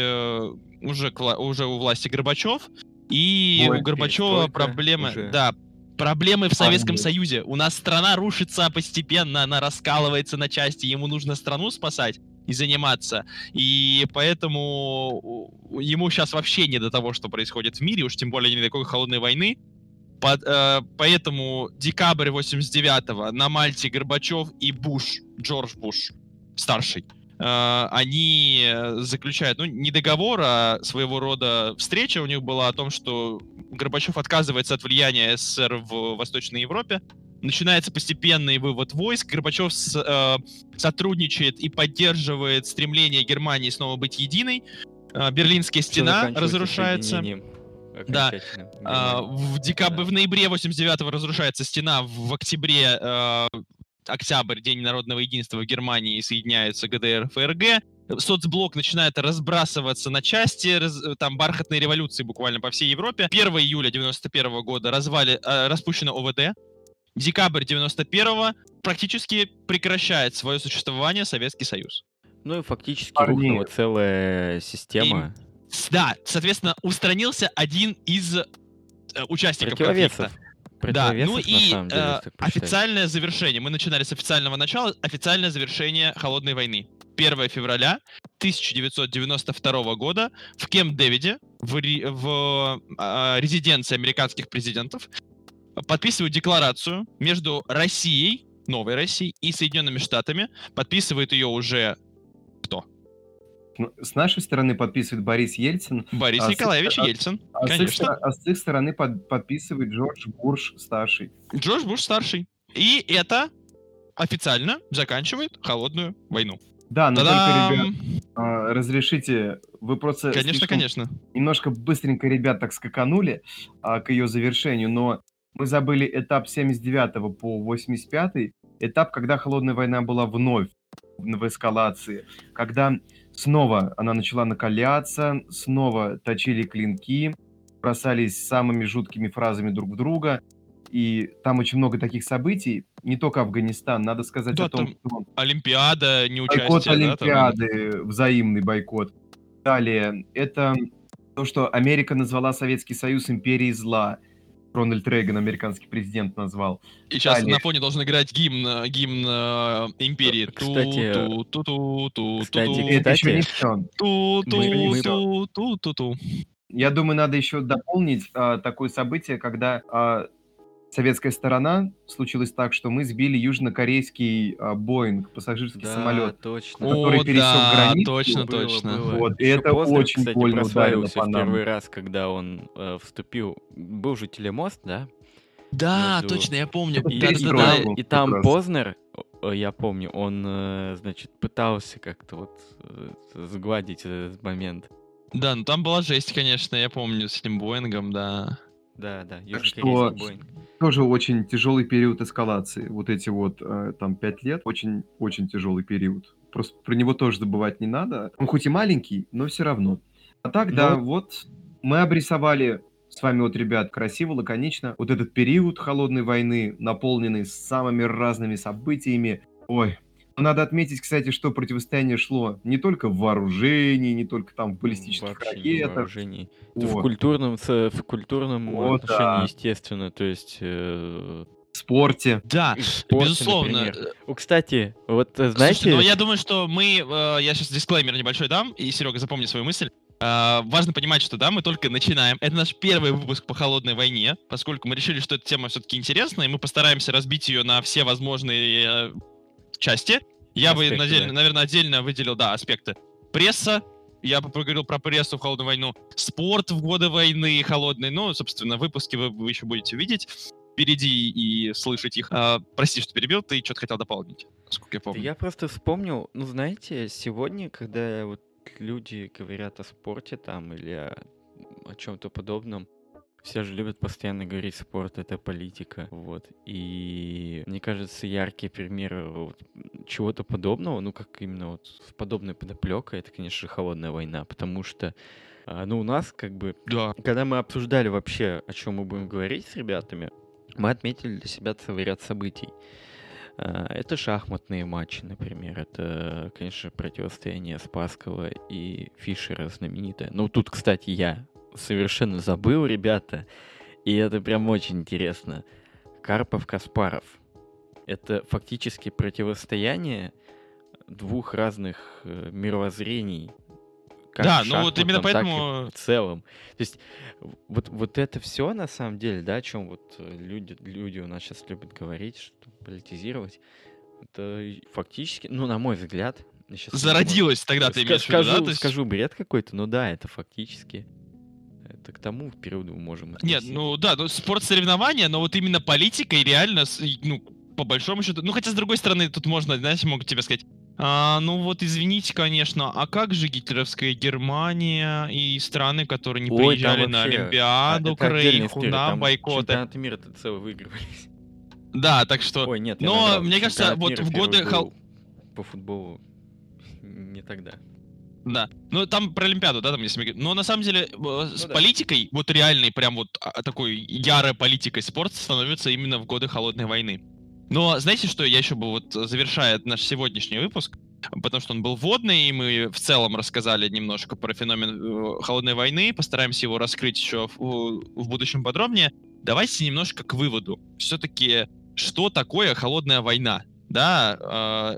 уже у власти Горбачев, и Ой, у Горбачева перестройка проблемы, уже. да, проблемы в Советском Армия. Союзе. У нас страна рушится постепенно, она раскалывается на части, ему нужно страну спасать и заниматься. И поэтому ему сейчас вообще не до того, что происходит в мире, уж тем более не до такой холодной войны. Поэтому декабрь 89-го на Мальте Горбачев и Буш, Джордж Буш, старший, они заключают, ну, не договор, а своего рода встреча у них была о том, что Горбачев отказывается от влияния СССР в Восточной Европе. Начинается постепенный вывод войск. Горбачев сотрудничает и поддерживает стремление Германии снова быть единой. Берлинская Всё стена заканчивается разрушается. соединением Да. окончательным Германии. В ноябре 89-го разрушается стена, в октябре, октябрь, День народного единства в Германии, соединяются ГДР, ФРГ. Соцблок начинает разбрасываться на части, там бархатные революции буквально по всей Европе. 1 июля 91 года распущено ОВД. Декабрь 91-го практически прекращает свое существование Советский Союз. Ну и фактически Парни. рухнула целая система Да, соответственно, устранился один из участников конфликта. противовесов. Да, ну Противовесов, на и самом деле, если так посчитать. официальное завершение. Мы начинали с официального начала. Официальное завершение Холодной войны. 1 февраля 1992 года в Кемп-Дэвиде, в резиденции американских президентов, подписывают декларацию между Россией, новой Россией, и Соединенными Штатами. Подписывает ее уже кто? Ну, с нашей стороны подписывает Борис Ельцин, Борис А с их Николаевич стороны- Ельцин, а с их конечно. с их стороны подписывает Джордж Буш старший. Джордж Буш старший. И это официально заканчивает Холодную войну. Да, но только, Та-дам! ребят, разрешите, вы просто Конечно, слишком конечно. немножко быстренько, ребят, так скаканули к ее завершению, но мы забыли этап с 79 по 85, этап, когда Холодная война была вновь в эскалации, когда снова она начала накаляться, снова точили клинки, бросались самыми жуткими фразами друг в друга, и там очень много таких событий, не только Афганистан, надо сказать Да, о том, там что Олимпиада, бойкот неучастие, да, там. Олимпиады, взаимный бойкот. Далее, это то, что Америка назвала Советский Союз империей зла. Рональд Рейган, американский президент, назвал. И сейчас Далее. на фоне должен играть гимн империи. Кстати, Это еще не все. Ту-ту-ту-ту-ту-ту-ту. Я думаю, надо еще дополнить такое событие, когда советская сторона случилось так, что мы сбили южнокорейский Боинг, пассажирский Да, самолет. точно. Который пересек да, границу. точно, Было, точно. было. Вот, и Ещё это Познер, очень кстати, больно ударило прославился по в нам. первый раз, когда он вступил. Был же телемост, да? Да, Между- точно, я помню. Это И, перед и строем там, был и там как раз. Познер, я помню, он, значит, пытался как-то вот сгладить этот момент. Да, ну там была жесть, конечно, я помню, с этим Боингом, да. Да, что- южнокорейский Боинг. Тоже очень тяжелый период эскалации. Вот эти вот там 5 лет, очень тяжелый период. Просто про него тоже забывать не надо. Он хоть и маленький, но все равно. А так, да, вот мы обрисовали с вами, вот, ребят, красиво, лаконично, вот этот период холодной войны, наполненный самыми разными событиями. Ой, ну, надо отметить, кстати, что противостояние шло не только в вооружении, не только там в баллистических Вообще не в ракетах. вооружении. В Вот. культурном Вот, отношении, да. естественно, то есть В спорте. Да, в спорте, безусловно. например. Кстати, вот Слушайте, знаете, ну я думаю, что я сейчас дисклеймер небольшой дам, и, Серега, запомни свою мысль. Важно понимать, что да, мы только начинаем. Это наш первый выпуск по холодной войне, поскольку мы решили, что эта тема все-таки интересна, и мы постараемся разбить ее на все возможные части. Я бы, Аспекты, да. наверное, отдельно выделил, да, аспекты. Пресса, я бы поговорил про прессу в холодную войну, спорт в годы войны холодной, ну, собственно, выпуски вы еще будете видеть впереди и слышать их. Прости, что перебил, ты что-то хотел дополнить, насколько я да помню. я просто вспомнил, ну знаете, сегодня, когда вот люди говорят о спорте там или о чем-то подобном, все же любят постоянно говорить, спорт — это политика, вот. И мне кажется, яркий пример вот чего-то подобного, ну как именно вот с подобной подоплекой, это, конечно же, холодная война, потому что Ну, у нас как бы, Да. когда мы обсуждали вообще, о чем мы будем говорить с ребятами, мы отметили для себя целый ряд событий. Это шахматные матчи, например. Это, конечно, противостояние Спасского и Фишера знаменитое. Ну, тут, кстати, я совершенно забыл, ребята, и это прям очень интересно. Карпов-Каспаров. Это фактически противостояние двух разных мировоззрений. Как Да, в ну вот именно шахматном, так и поэтому... в целом. То есть вот это все на самом деле, да, о чем вот люди у нас сейчас любят говорить, что политизировать, это фактически, ну, на мой взгляд, я щас, может, Зародилось тогда, ты имеешь в виду, да? То есть... скажу бред какой-то, но да, это фактически, это к тому периоду мы можем Нет, относить. ну да, ну спорт соревнования, но вот именно политика и реально, ну, по большому счету, ну хотя с другой стороны, тут можно, знаешь, могут тебе сказать, ну вот извините, конечно, а как же гитлеровская Германия и страны, которые не Ой, там приезжали на вообще, Олимпиаду, это отдельная Крейху, история, на там бойкоты? чемпионаты мира-то целые выигрывались. Да, так что... Ой, нет, я Но наврал, мне кажется, чемпионат вот мира в годы... первый был по футболу не тогда. Да, ну там про Олимпиаду, да, там если мы говорим. Но на самом деле с Ну да. политикой, вот реальной, прям вот такой ярой политикой спорт становится именно в годы Холодной войны. Но знаете, что я еще бы вот завершая наш сегодняшний выпуск, потому что он был вводный, и мы в целом рассказали немножко про феномен Холодной войны, постараемся его раскрыть еще в будущем подробнее. Давайте немножко к выводу. Все-таки, что такое Холодная война? Да,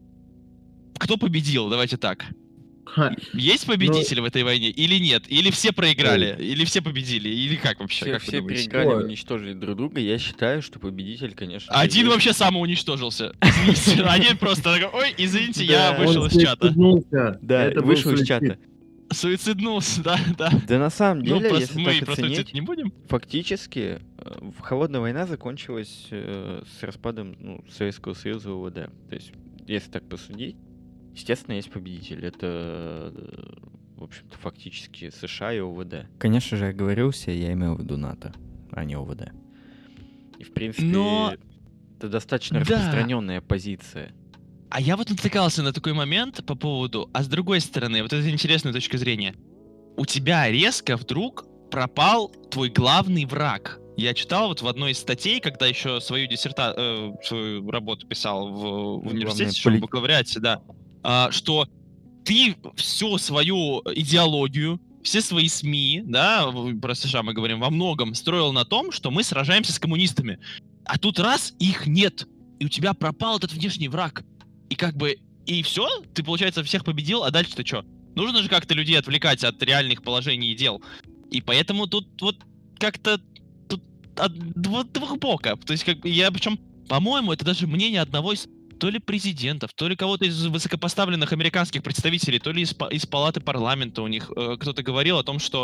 кто победил? Давайте так. Ха, Есть победитель в этой войне или нет? Или все проиграли? Или все победили? Или как вообще? Все, Как вы все думаете? переиграли, Ой. уничтожили друг друга. Я считаю, что победитель, конечно же, Один есть. вообще самоуничтожился. Извините. Один просто такой, ой, извините, я Да. вышел Он из чата. суициднулся. Да, Это был вышел из суицид. чата. Суициднулся, да, да. Да на самом Ну, деле, просто если мы так про суицид оценить, не будем. фактически холодная война закончилась с распадом Советского Союза и ОВД. То есть, если так посудить, естественно, есть победитель. Это, в общем-то, фактически США и ОВД. Конечно же, оговорился, я имел в виду НАТО, а не ОВД. И, в принципе, Но- это достаточно Да. распространенная позиция. А я вот натыкался на такой момент по поводу, а с другой стороны, вот это интересная точка зрения. У тебя резко вдруг пропал твой главный враг. Я читал вот в одной из статей, когда еще свою свою работу писал в университете, главное, еще в бакалавриате, да, что ты всю свою идеологию, все свои СМИ, да, про США мы говорим, во многом строил на том, что мы сражаемся с коммунистами. А тут раз, их нет, и у тебя пропал этот внешний враг. И как бы, и все, ты, получается, всех победил, а дальше-то что? Нужно же как-то людей отвлекать от реальных положений и дел. И поэтому тут вот как-то тут от двухбоко. То есть, как я, причем, по-моему, это даже мнение одного из то ли президентов, то ли кого-то из высокопоставленных американских представителей, то ли из палаты парламента у них кто-то говорил о том, что,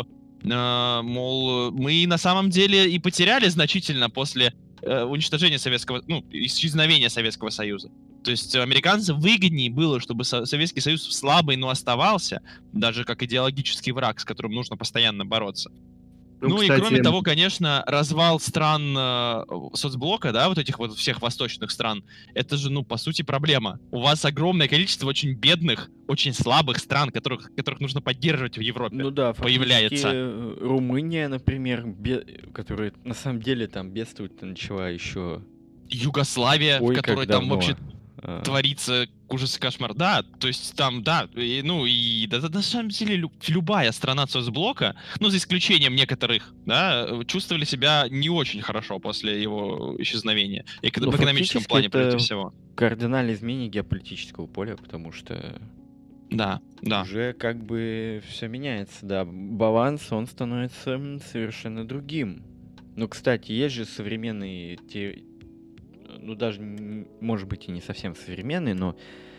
мол, мы на самом деле и потеряли значительно после уничтожения исчезновения Советского Союза. То есть американцам выгоднее было, чтобы Советский Союз слабый, но оставался, даже как идеологический враг, с которым нужно постоянно бороться. Ну и кстати, кроме того, конечно, развал стран соцблока, да, вот этих вот всех восточных стран, это же, ну, по сути, проблема. У вас огромное количество очень бедных, очень слабых стран, которых нужно поддерживать в Европе. Ну да, появляется. фактически Румыния, например, которая на самом деле там бедствовать начала еще. Югославия, Ой, в которой как там давно. вообще творится ужас и кошмар. Да, то есть там, да, на самом деле любая страна соцблока, ну, за исключением некоторых, да, чувствовали себя не очень хорошо после его исчезновения. В экономическом фактически плане, это прежде всего. кардинальное изменение геополитического поля, потому что Да. уже как бы все меняется, да. Баланс, он становится совершенно другим. Ну, кстати, есть же современные ну, даже, может быть, и не совсем современные, но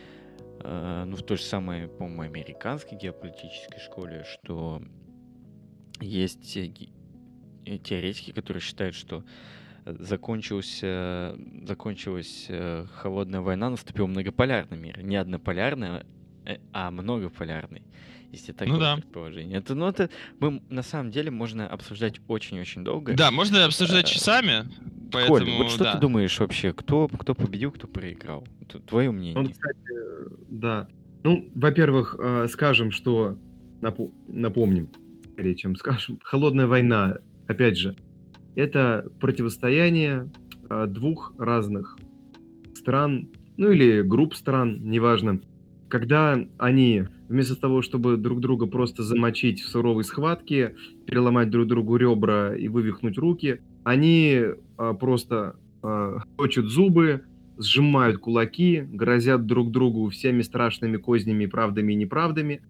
в той же самой, по-моему, американской геополитической школе, что есть теоретики, которые считают, что закончилась холодная война, наступил многополярный мир. Не однополярный, а многополярный. Есть и такое предположение. Это на самом деле можно обсуждать очень-очень долго. Да, можно обсуждать часами. Поэтому, Коль, вот что ты думаешь вообще? Кто победил, кто проиграл? Твое мнение. Кстати, да. Ну, во-первых, скажем, что напомним, скорее, чем скажем. Холодная война, опять же, это противостояние двух разных стран, ну или групп стран, неважно, когда они вместо того, чтобы друг друга просто замочить в суровой схватке, переломать друг другу ребра и вывихнуть руки, они просто точат зубы, сжимают кулаки, грозят друг другу всеми страшными кознями, правдами и неправдами,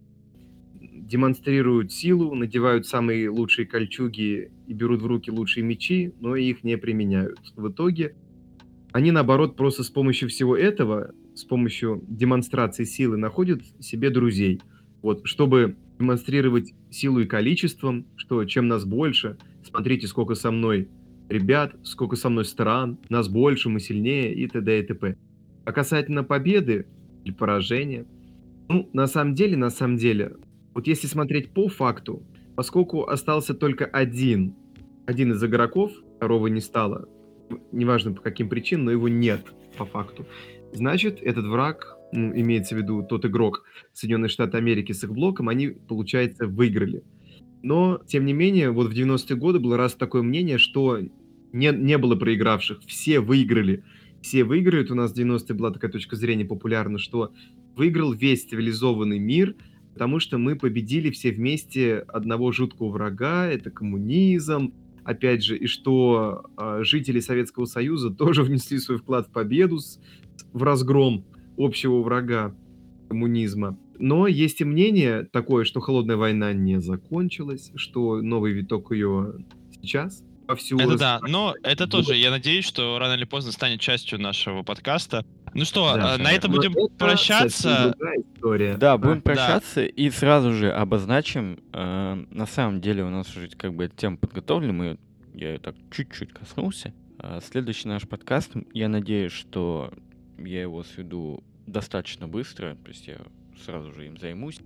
демонстрируют силу, надевают самые лучшие кольчуги и берут в руки лучшие мечи, но их не применяют. В итоге они, наоборот, просто с помощью всего этого, с помощью демонстрации силы, находят себе друзей. Вот, чтобы демонстрировать силу и количеством, что чем нас больше, смотрите, сколько со мной ребят, сколько со мной стран, нас больше, мы сильнее и т.д. и т.п. А касательно победы или поражения, ну, на самом деле, вот если смотреть по факту, поскольку остался только один из игроков, второго не стало, неважно по каким причинам, но его нет по факту, значит, этот враг, ну, имеется в виду тот игрок Соединенные Штаты Америки с их блоком, они, получается, выиграли. Но, тем не менее, вот в 90-е годы было раз такое мнение, что не было проигравших, все выиграли. Все выиграют, у нас в 90-е была такая точка зрения популярна, что выиграл весь цивилизованный мир, потому что мы победили все вместе одного жуткого врага, это коммунизм, опять же, и что жители Советского Союза тоже внесли свой вклад в победу, в разгром общего врага коммунизма. Но есть и мнение такое, что холодная война не закончилась, что новый виток ее сейчас вовсю Это да, но это тоже, я надеюсь, что рано или поздно станет частью нашего подкаста. Ну что, Да, на этом но будем это совсем прощаться. другая история. Да, будем Да. прощаться и сразу же обозначим. На самом деле у нас уже как бы эта тема подготовлена, я ее так чуть-чуть коснулся. Следующий наш подкаст, я надеюсь, что я его сведу достаточно быстро, то есть я сразу же им займусь,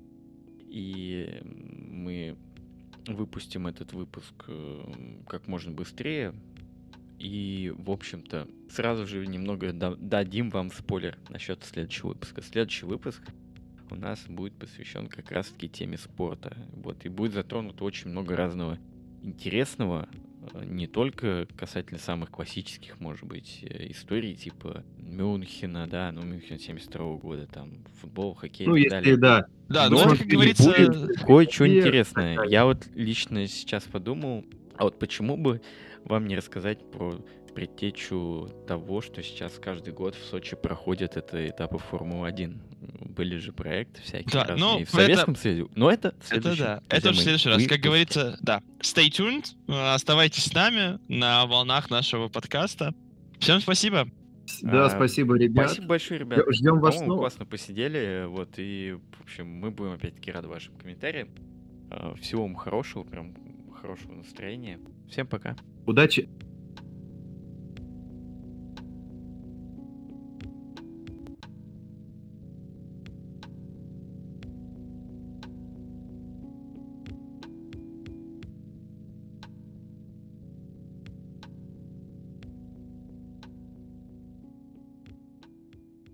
и мы выпустим этот выпуск как можно быстрее. И, в общем-то, сразу же немного дадим вам спойлер насчет следующего выпуска. Следующий выпуск у нас будет посвящен как раз-таки теме спорта. Вот, и будет затронуто очень много разного интересного, не только касательно самых классических, может быть, историй типа Мюнхена, да, ну, Мюнхен 72 года, там, футбол, хоккей Ну, и так если, далее. да. Да, Но ну это, как говорится, будет кое-что и интересное. так Я вот лично сейчас подумал, а вот почему бы вам не рассказать про предтечу того, что сейчас каждый год в Сочи проходят это этапы Формулы-1. Были же проекты всякие Да, разные но и в это- Советском Союзе. Но это в это следующем, да, это друзья в мои, следующий раз. Как выпуске. говорится, да. Stay tuned, оставайтесь с нами на волнах нашего подкаста. Всем спасибо. Да, А, спасибо, ребят. Спасибо большое, ребят. Ждем вас По-моему, снова. классно посидели. Вот, и, в общем, мы будем опять-таки рады вашим комментариям. Всего вам хорошего, прям хорошего настроения. Всем пока. Удачи.